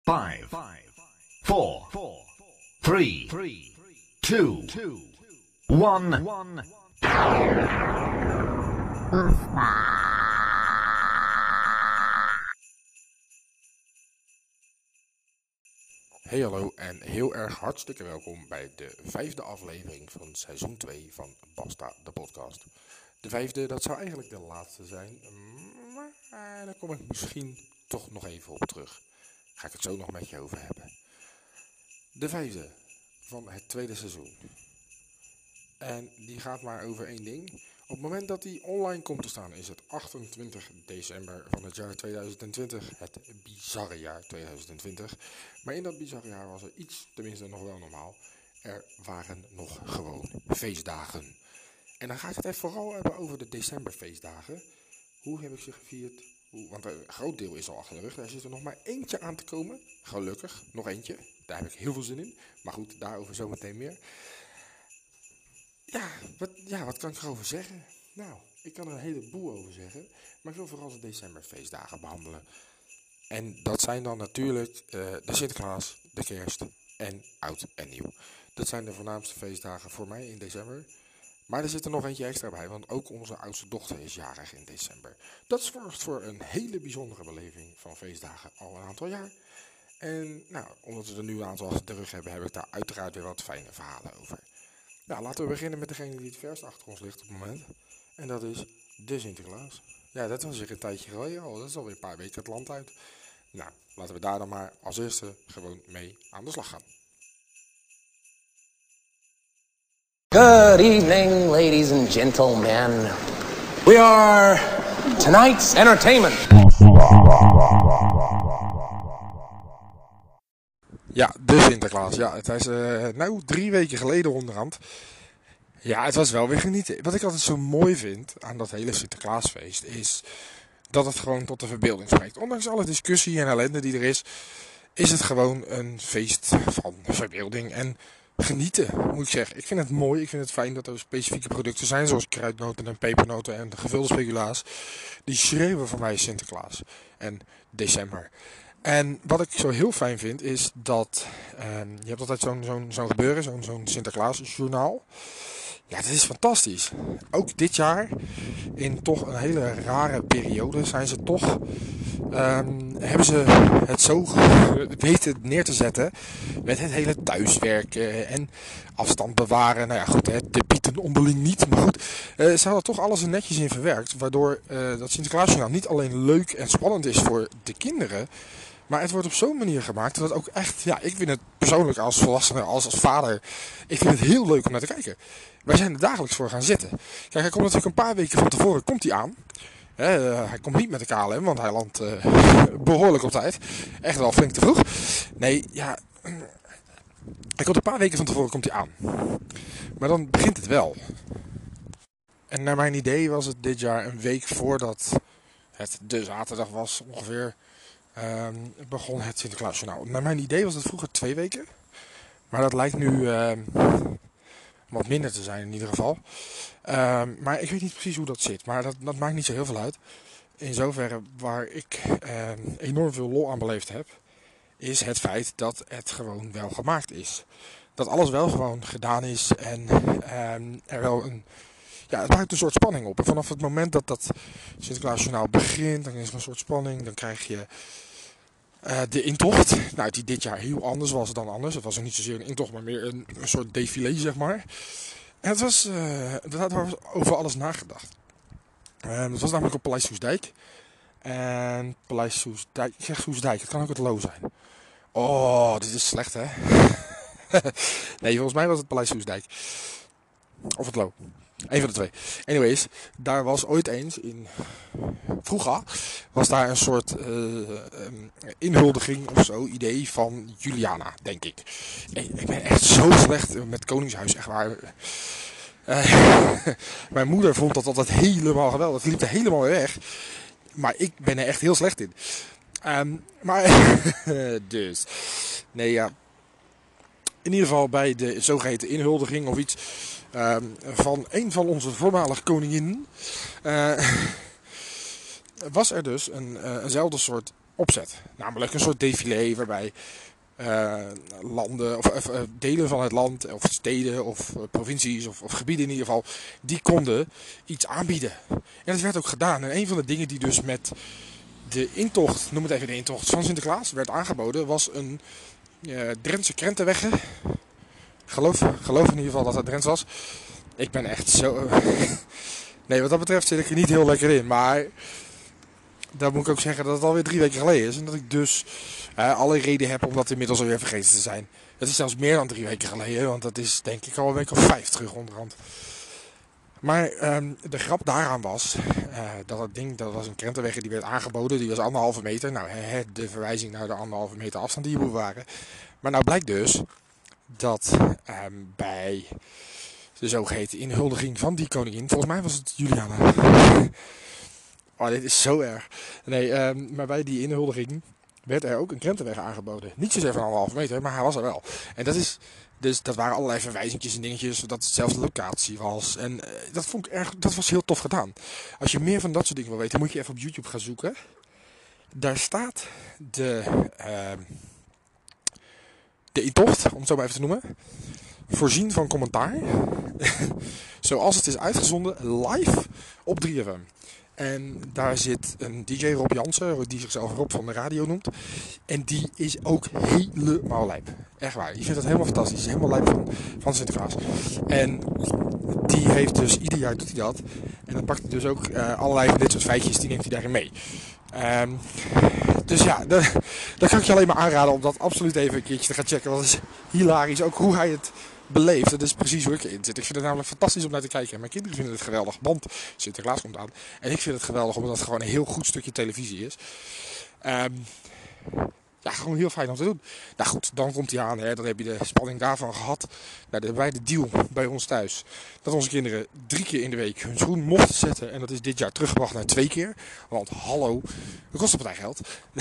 5, 4, 3, 2, 1. Hey hallo en heel erg hartstikke welkom bij de 5e aflevering van seizoen 2 van Basta de podcast. De 5e, dat zou eigenlijk de laatste zijn, maar daar kom ik misschien toch nog even op terug. Ga ik het zo nog met je over hebben. De 5e van het tweede seizoen. En die gaat maar over één ding. Op het moment dat die online komt te staan is het 28 december van het jaar 2020. Het bizarre jaar 2020. Maar in dat bizarre jaar was er iets, tenminste nog wel normaal. Er waren nog gewoon feestdagen. En dan ga ik het even vooral hebben over de decemberfeestdagen. Hoe heb ik ze gevierd? Want een groot deel is al achter de rug. Daar zit er nog maar eentje aan te komen. Gelukkig, nog eentje. Daar heb ik heel veel zin in. Maar goed, daarover zometeen meer. Wat kan ik erover zeggen? Nou, ik kan er een heleboel over zeggen. Maar ik wil vooral de decemberfeestdagen behandelen. En dat zijn dan natuurlijk de Sinterklaas, de Kerst en Oud en Nieuw. Dat zijn de voornaamste feestdagen voor mij in december. Maar er zit er nog eentje extra bij, want ook onze oudste dochter is jarig in december. Dat zorgt voor een hele bijzondere beleving van feestdagen al een aantal jaar. En nou, omdat we er nu een aantal achter de rug hebben, heb ik daar uiteraard weer wat fijne verhalen over. Nou, laten we beginnen met degene die het verst achter ons ligt op het moment. En dat is de Sinterklaas. Ja, dat was weer een tijdje geleden al. Dat is alweer een paar weken het land uit. Nou, laten we daar dan maar als eerste gewoon mee aan de slag gaan. Good evening, ladies and gentlemen. We are tonight's entertainment. Ja, de Sinterklaas. Ja, het is 3 weken geleden onderhand. Ja, het was wel weer genieten. Wat ik altijd zo mooi vind aan dat hele Sinterklaasfeest is dat het gewoon tot de verbeelding spreekt. Ondanks alle discussie en ellende die er is het gewoon een feest van verbeelding en genieten, moet ik zeggen. Ik vind het mooi, ik vind het fijn dat er specifieke producten zijn, zoals kruidnoten en pepernoten en de gevulde speculaas. Die schreeuwen voor mij Sinterklaas en december. En wat ik zo heel fijn vind is dat je hebt altijd zo'n gebeuren, zo'n Sinterklaasjournaal. Ja, dat is fantastisch. Ook dit jaar, in toch een hele rare periode, hebben ze het zo weten neer te zetten met het hele thuiswerken en afstand bewaren. Nou ja, goed, de bieten onderling niet, maar goed. Ze hadden toch alles er netjes in verwerkt, waardoor dat Sinterklaasjournaal niet alleen leuk en spannend is voor de kinderen, maar het wordt op zo'n manier gemaakt dat het ook echt, ja, ik vind het persoonlijk als volwassene, als vader, ik vind het heel leuk om naar te kijken. Wij zijn er dagelijks voor gaan zitten. Kijk, hij komt natuurlijk een paar weken van tevoren aan. Hij komt niet met de KLM, want hij landt behoorlijk op tijd. Echt wel flink te vroeg. Nee, ja, hij komt een paar weken van tevoren aan. Maar dan begint het wel. En naar mijn idee was het dit jaar een week voordat het de zaterdag was ongeveer, begon het Sinterklaasjournaal. Naar mijn idee was het vroeger 2 weken. Maar dat lijkt nu wat minder te zijn in ieder geval. Maar ik weet niet precies hoe dat zit. Maar dat maakt niet zo heel veel uit. In zoverre waar ik enorm veel lol aan beleefd heb, is het feit dat het gewoon wel gemaakt is. Dat alles wel gewoon gedaan is en er wel het bouwt een soort spanning op. En vanaf het moment dat dat Sinterklaasjournaal begint, dan is er een soort spanning. Dan krijg je de intocht, nou, die dit jaar heel anders was dan anders. Het was niet zozeer een intocht, maar meer een soort défilé, zeg maar. En het was over alles nagedacht. Het was namelijk op Paleis Soestdijk. En Paleis Soestdijk, ik zeg Soestdijk, het kan ook het Loo zijn. Oh, dit is slecht, hè? Nee, volgens mij was het Paleis Soestdijk. Of het Loo. Eén van de twee. Anyways, daar was ooit eens vroeger was daar een soort inhuldiging of zo, idee van Juliana, denk ik. Ik ben echt zo slecht met Koningshuis, echt waar. Mijn moeder vond dat altijd helemaal geweldig. Het liep er helemaal weer weg. Maar ik ben er echt heel slecht in. Dus. Nee, ja. In ieder geval bij de zogeheten inhuldiging of iets van een van onze voormalige koninginnen was er dus eenzelfde soort opzet. Namelijk een soort défilé waarbij landen of delen van het land of steden of provincies of gebieden in ieder geval, die konden iets aanbieden. En dat werd ook gedaan. En een van de dingen die dus met de intocht, noem het even de intocht van Sinterklaas, werd aangeboden, was een Drentse krentenwegge. Geloof in ieder geval dat het Drents was. Ik ben echt zo... Nee, wat dat betreft zit ik er niet heel lekker in. Maar dan moet ik ook zeggen dat het alweer 3 weken geleden is. En dat ik dus alle reden heb om dat inmiddels alweer vergeten te zijn. Het is zelfs meer dan 3 weken geleden. Want dat is denk ik al een week of 5 terug onderhand. Maar de grap daaraan was dat het ding, dat was een krentenwegge die werd aangeboden. Die was 1,5 meter. Nou, de verwijzing naar de 1,5 meter afstand die je moet bewaren. Maar nou blijkt dus dat bij de zogeheten inhuldiging van die koningin, volgens mij was het Juliana. Oh, dit is zo erg. Nee, maar bij die inhuldiging werd er ook een krentenweg aangeboden. Niet zozeer van 1,5 meter, maar hij was er wel. En dat is, dus dat waren allerlei verwijzingjes en dingetjes, dat het dezelfde locatie was. En dat vond ik erg, dat was heel tof gedaan. Als je meer van dat soort dingen wil weten, moet je even op YouTube gaan zoeken. Daar staat de intocht, om het zo maar even te noemen, voorzien van commentaar. Zoals het is uitgezonden live op 3FM. En daar zit een DJ, Rob Jansen, die zichzelf Rob van de radio noemt. En die is ook helemaal lijp. Echt waar. Die vindt het helemaal fantastisch. Helemaal lijp van Sinterklaas. En die heeft dus, ieder jaar doet hij dat. En dan pakt hij dus ook allerlei van dit soort feitjes, die neemt hij daarin mee. Dus ja, dan kan ik je alleen maar aanraden om dat absoluut even een keertje te gaan checken. Want het is hilarisch. Ook hoe hij het beleeft. Dat is precies hoe ik erin zit. Ik vind het namelijk fantastisch om naar te kijken. En mijn kinderen vinden het geweldig, want Sinterklaas komt aan. En ik vind het geweldig omdat het gewoon een heel goed stukje televisie is. Ja, gewoon heel fijn om te doen. Nou goed, dan komt hij aan. Hè. Dan heb je de spanning daarvan gehad. Nou, dan hebben wij de deal bij ons thuis. Dat onze kinderen 3 keer in de week hun schoen mochten zetten. En dat is dit jaar teruggebracht naar 2 keer. Want hallo, dat kost een partij geld.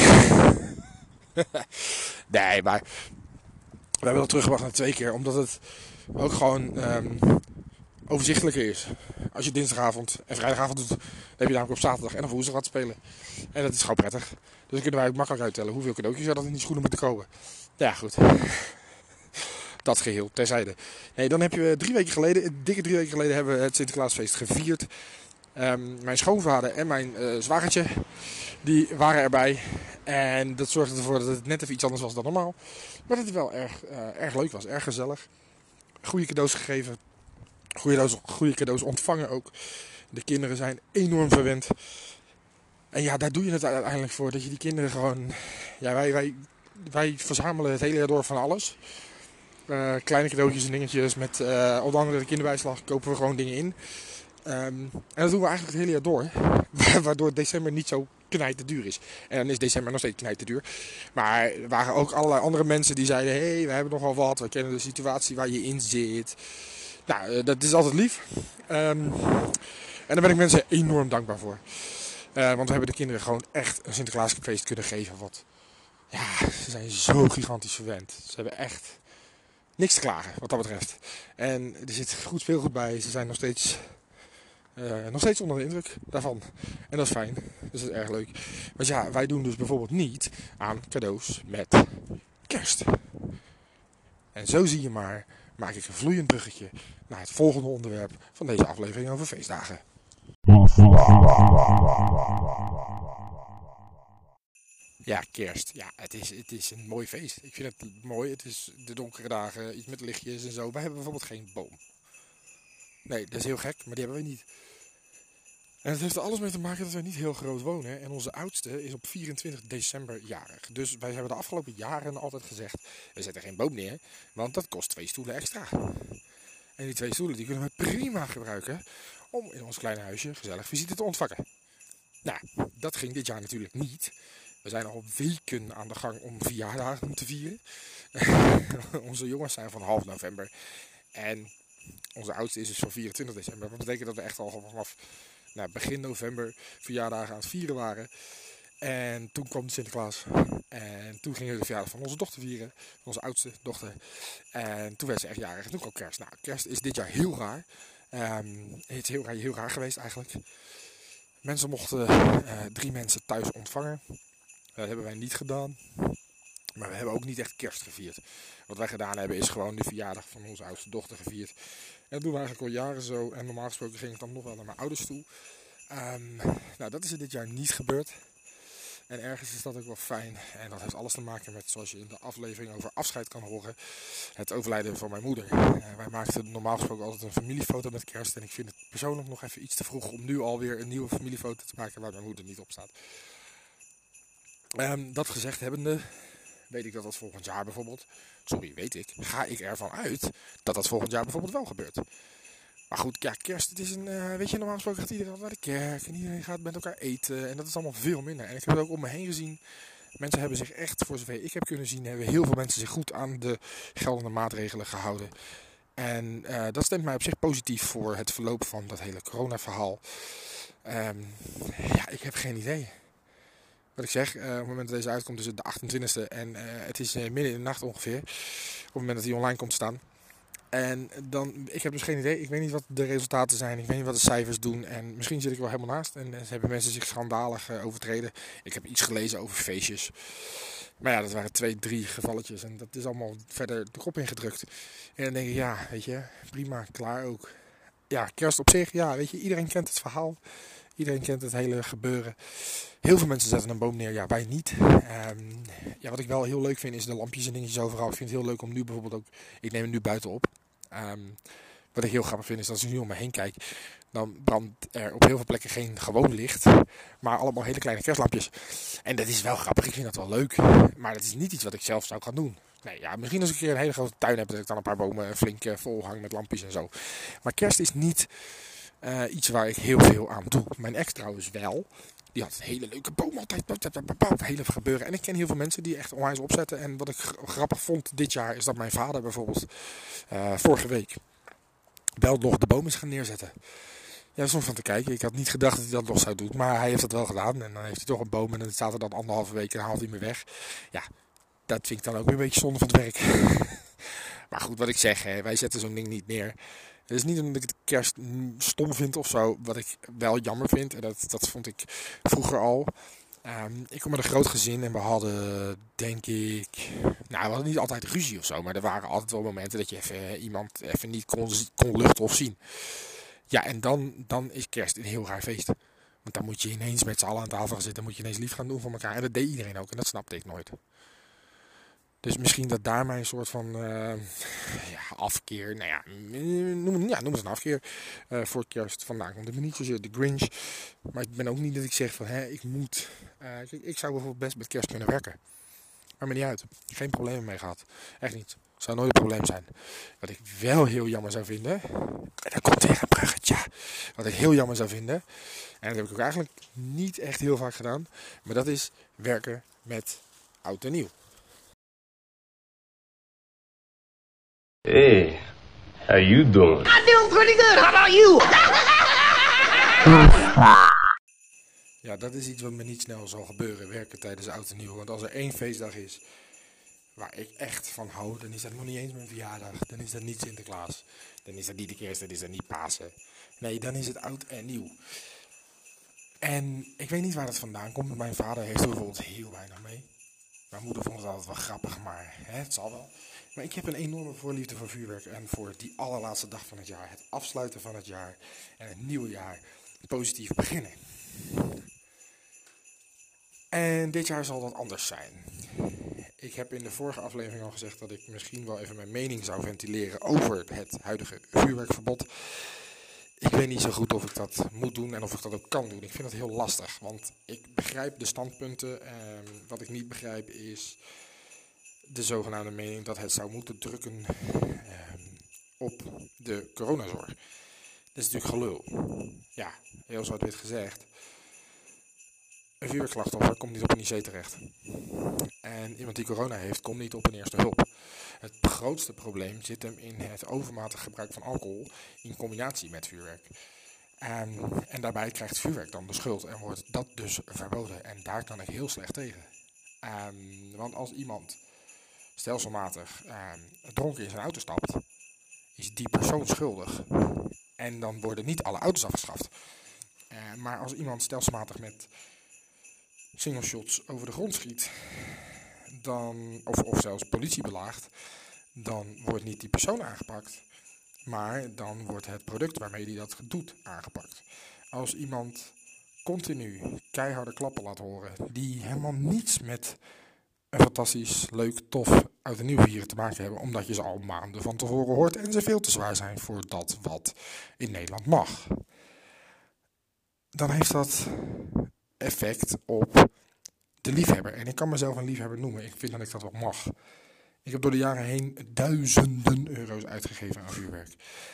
Nee, maar we hebben dat teruggebracht naar 2 keer. Omdat het ook gewoon overzichtelijker is. Als je dinsdagavond en vrijdagavond doet, dan heb je namelijk op zaterdag en op woensdag wat spelen. En dat is gewoon prettig. Dus dan kunnen wij ook makkelijk uittellen hoeveel cadeautjes er dan in die schoenen moeten komen. Ja, goed. Dat geheel terzijde. Nee, dan heb je 3 weken geleden, dikke 3 weken geleden, hebben we het Sinterklaasfeest gevierd. Mijn schoonvader en mijn zwagertje, die waren erbij. En dat zorgde ervoor dat het net even iets anders was dan normaal. Maar dat het wel erg leuk was, erg gezellig. Goede cadeaus gegeven. Goede cadeaus ontvangen ook. De kinderen zijn enorm verwend. En ja, daar doe je het uiteindelijk voor. Dat je die kinderen gewoon... Ja, wij verzamelen het hele jaar door van alles. Kleine cadeautjes en dingetjes. Met onder andere de kinderbijslag kopen we gewoon dingen in. En dat doen we eigenlijk het hele jaar door. Waardoor december niet zo knijt duur is. En dan is december nog steeds knijt duur. Maar er waren ook allerlei andere mensen die zeiden... Hé, we hebben nogal wat. We kennen de situatie waar je in zit. Nou, dat is altijd lief. En daar ben ik mensen enorm dankbaar voor. Want we hebben de kinderen gewoon echt een Sinterklaasfeest kunnen geven. Wat, ja, ze zijn zo gigantisch verwend. Ze hebben echt niks te klagen wat dat betreft. En er zit goed speelgoed bij. Ze zijn nog steeds onder de indruk daarvan. En dat is fijn. Dus dat is erg leuk. Maar ja, wij doen dus bijvoorbeeld niet aan cadeaus met kerst. En zo zie je maar, maak ik een vloeiend bruggetje naar het volgende onderwerp van deze aflevering over feestdagen. Ja, kerst. Ja, het is een mooi feest. Ik vind het mooi. Het is de donkere dagen, iets met lichtjes en zo. Wij hebben bijvoorbeeld geen boom. Nee, dat is heel gek, maar die hebben we niet. En het heeft er alles mee te maken dat we niet heel groot wonen. En onze oudste is op 24 december jarig. Dus wij hebben de afgelopen jaren altijd gezegd... we zetten geen boom neer, want dat kost 2 stoelen extra. En die 2 stoelen die kunnen we prima gebruiken... om in ons kleine huisje gezellig visite te ontvangen. Nou, dat ging dit jaar natuurlijk niet. We zijn al weken aan de gang om verjaardagen te vieren. Onze jongens zijn van half november. En onze oudste is dus van 24 december. Dat betekent dat we echt al vanaf begin november verjaardagen aan het vieren waren. En toen kwam de Sinterklaas. En toen gingen we de verjaardag van onze dochter vieren. Van onze oudste dochter. En toen werd ze echt jarig. En toen kwam kerst. Nou, kerst is dit jaar heel raar. Het is heel raar geweest eigenlijk. Mensen mochten 3 mensen thuis ontvangen. Dat hebben wij niet gedaan. Maar we hebben ook niet echt kerst gevierd. Wat wij gedaan hebben is gewoon de verjaardag van onze oudste dochter gevierd. En dat doen we eigenlijk al jaren zo. En normaal gesproken ging ik dan nog wel naar mijn ouders toe. Nou, dat is er dit jaar niet gebeurd. En ergens is dat ook wel fijn. En dat heeft alles te maken met, zoals je in de aflevering over afscheid kan horen, het overlijden van mijn moeder. Wij maakten normaal gesproken altijd een familiefoto met kerst. En ik vind het persoonlijk nog even iets te vroeg om nu alweer een nieuwe familiefoto te maken waar mijn moeder niet op staat. Dat gezegd hebbende, weet ik dat volgend jaar bijvoorbeeld, ga ik ervan uit dat dat volgend jaar bijvoorbeeld wel gebeurt. Maar goed, ja, kerst, het is normaal gesproken gaat iedereen naar de kerk en iedereen gaat met elkaar eten en dat is allemaal veel minder. En ik heb het ook om me heen gezien, mensen hebben zich echt, voor zover ik heb kunnen zien, hebben heel veel mensen zich goed aan de geldende maatregelen gehouden. En dat stemt mij op zich positief voor het verloop van dat hele corona-verhaal. Ik heb geen idee. Wat ik zeg, op het moment dat deze uitkomt is het de 28e en het is midden in de nacht ongeveer. Op het moment dat hij online komt staan. En dan, ik heb dus geen idee. Ik weet niet wat de resultaten zijn. Ik weet niet wat de cijfers doen. En misschien zit ik wel helemaal naast. En hebben mensen zich schandalig overtreden. Ik heb iets gelezen over feestjes. Maar ja, dat waren 2-3 gevalletjes. En dat is allemaal verder de kop ingedrukt. En dan denk ik, ja, weet je, prima, klaar ook. Ja, kerst op zich, ja, weet je, iedereen kent het verhaal. Iedereen kent het hele gebeuren. Heel veel mensen zetten een boom neer, ja, wij niet. Wat ik wel heel leuk vind is de lampjes en dingetjes overal. Ik vind het heel leuk om nu bijvoorbeeld ook, ik neem het nu buiten op. Wat ik heel grappig vind is dat als ik nu om me heen kijk, dan brandt er op heel veel plekken geen gewoon licht, maar allemaal hele kleine kerstlampjes. En dat is wel grappig, ik vind dat wel leuk. Maar dat is niet iets wat ik zelf zou gaan doen. Nee, ja, misschien als ik een keer een hele grote tuin heb, dat ik dan een paar bomen flink vol hang met lampjes en zo. Maar kerst is niet iets waar ik heel veel aan doe. Mijn ex trouwens wel. Die had een hele leuke boom altijd. Hele gebeuren. En ik ken heel veel mensen die echt onwijs opzetten. En wat ik grappig vond dit jaar is dat mijn vader bijvoorbeeld vorige week wel nog de boom is gaan neerzetten. Ja, dat is om van te kijken. Ik had niet gedacht dat hij dat nog zou doen. Maar hij heeft dat wel gedaan. En dan heeft hij toch een boom. En dan staat er dan 1,5 week en haalt hij me weg. Ja, dat vind ik dan ook weer een beetje zonde van het werk. Maar goed, wat ik zeg. Wij zetten zo'n ding niet neer. Het is niet omdat ik het kerst stom vind of zo, wat ik wel jammer vind. En dat vond ik vroeger al. Ik kom met een groot gezin en we hadden, denk ik, we hadden niet altijd ruzie of zo. Maar er waren altijd wel momenten dat je iemand even niet kon luchten of zien. Ja, en dan is kerst een heel raar feest. Want dan moet je ineens met z'n allen aan tafel gaan zitten. Dan moet je ineens lief gaan doen voor elkaar. En dat deed iedereen ook en dat snapte ik nooit. Dus misschien dat daar mijn soort van afkeer, noem het een afkeer voor kerst vandaan komt. Ik ben niet zozeer de Grinch, maar ik ben ook niet dat ik zeg van ik moet. Ik zou bijvoorbeeld best met kerst kunnen werken. Maar me niet uit. Geen problemen mee gehad. Echt niet. Zou nooit een probleem zijn. Wat ik wel heel jammer zou vinden, en daar komt weer een bruggetje. Wat ik heel jammer zou vinden, en dat heb ik ook eigenlijk niet echt heel vaak gedaan, maar dat is werken met oud en nieuw. Hey, how you doing? I'm doing pretty good. How about you? Ja, dat is iets wat me niet snel zal gebeuren, werken tijdens oud en nieuw. Want als er één feestdag is waar ik echt van hou, dan is dat nog niet eens mijn verjaardag. Dan is dat niet Sinterklaas. Dan is dat niet de kerst, dan is dat niet Pasen. Nee, dan is het oud en nieuw. En ik weet niet waar dat vandaan komt. Mijn vader heeft er bijvoorbeeld heel weinig mee. Mijn moeder vond het altijd wel grappig, maar het zal wel. Maar ik heb een enorme voorliefde voor vuurwerk en voor die allerlaatste dag van het jaar. Het afsluiten van het jaar en het nieuwe jaar positief beginnen. En dit jaar zal dat anders zijn. Ik heb in de vorige aflevering al gezegd dat ik misschien wel even mijn mening zou ventileren over het huidige vuurwerkverbod. Ik weet niet zo goed of ik dat moet doen en of ik dat ook kan doen. Ik vind dat heel lastig, want ik begrijp de standpunten. Wat ik niet begrijp is de zogenaamde mening dat het zou moeten drukken op de coronazorg. Dat is natuurlijk gelul. Ja, heel zwart-wit gezegd. Een vuurwerkslachtoffer komt niet op een IC terecht. En iemand die corona heeft, komt niet op een eerste hulp. Het grootste probleem zit hem in het overmatig gebruik van alcohol in combinatie met vuurwerk. En daarbij krijgt vuurwerk dan de schuld en wordt dat dus verboden. En daar kan ik heel slecht tegen. Want als iemand stelselmatig dronken in zijn auto stapt, is die persoon schuldig. En dan worden niet alle auto's afgeschaft. Maar als iemand stelselmatig met single shots over de grond schiet, dan, of zelfs politie belaagt, dan wordt niet die persoon aangepakt, maar dan wordt het product waarmee hij dat doet aangepakt. Als iemand continu keiharde klappen laat horen, die helemaal niets met een fantastisch, leuk, tof oud en nieuw vieren te maken hebben, omdat je ze al maanden van tevoren hoort en ze veel te zwaar zijn voor dat wat in Nederland mag, dan heeft dat effect op de liefhebber. En ik kan mezelf een liefhebber noemen. Ik vind dat ik dat wel mag. Ik heb door de jaren heen duizenden euro's uitgegeven aan vuurwerk.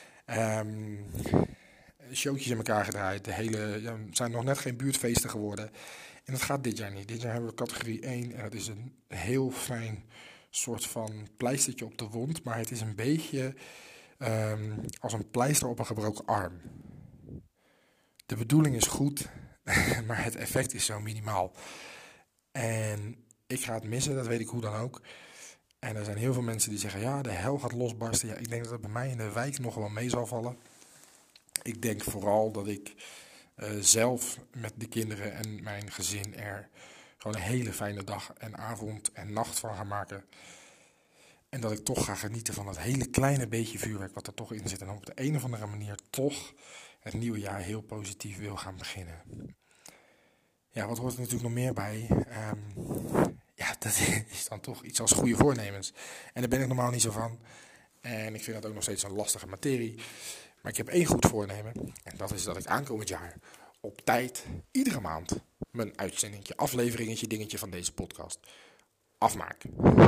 Showtjes in elkaar gedraaid. Het zijn nog net geen buurtfeesten geworden. En dat gaat dit jaar niet. Dit jaar hebben we categorie 1. En dat is een heel fijn soort van pleistertje op de wond. Maar het is een beetje als een pleister op een gebroken arm. De bedoeling is goed, maar het effect is zo minimaal. En ik ga het missen, dat weet ik hoe dan ook. En er zijn heel veel mensen die zeggen, ja, de hel gaat losbarsten. Ja, ik denk dat het bij mij in de wijk nog wel mee zal vallen. Ik denk vooral dat ik zelf met de kinderen en mijn gezin er gewoon een hele fijne dag en avond en nacht van ga maken. En dat ik toch ga genieten van dat hele kleine beetje vuurwerk wat er toch in zit. En op de een of andere manier toch het nieuwe jaar heel positief wil gaan beginnen. Ja, wat hoort er natuurlijk nog meer bij? Dat is dan toch iets als goede voornemens. En daar ben ik normaal niet zo van. En ik vind dat ook nog steeds een lastige materie. Maar ik heb één goed voornemen. En dat is dat ik aankomend jaar op tijd, iedere maand, mijn uitzendingetje, afleveringetje, dingetje van deze podcast afmaak.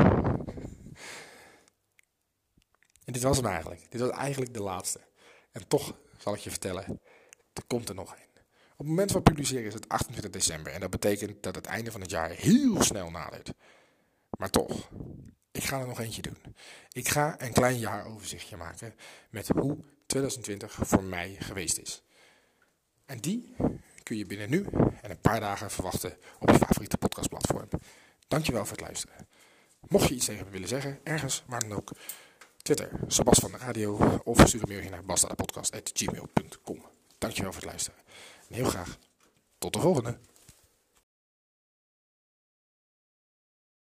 En dit was hem eigenlijk. Dit was eigenlijk de laatste. En toch zal ik je vertellen, er komt er nog een. Op het moment van publiceren is het 28 december. En dat betekent dat het einde van het jaar heel snel nadert. Maar toch, ik ga er nog eentje doen. Ik ga een klein jaaroverzichtje maken met hoe 2020 voor mij geweest is. En die kun je binnen nu en een paar dagen verwachten op je favoriete podcastplatform. Dankjewel voor het luisteren. Mocht je iets tegen me willen zeggen, ergens, waar dan ook, Twitter, Sebas van de Radio, of stuur een mailje naar bastadapodcast@gmail.com. Dankjewel voor het luisteren. En heel graag tot de volgende.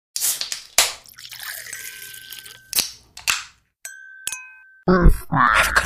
Have a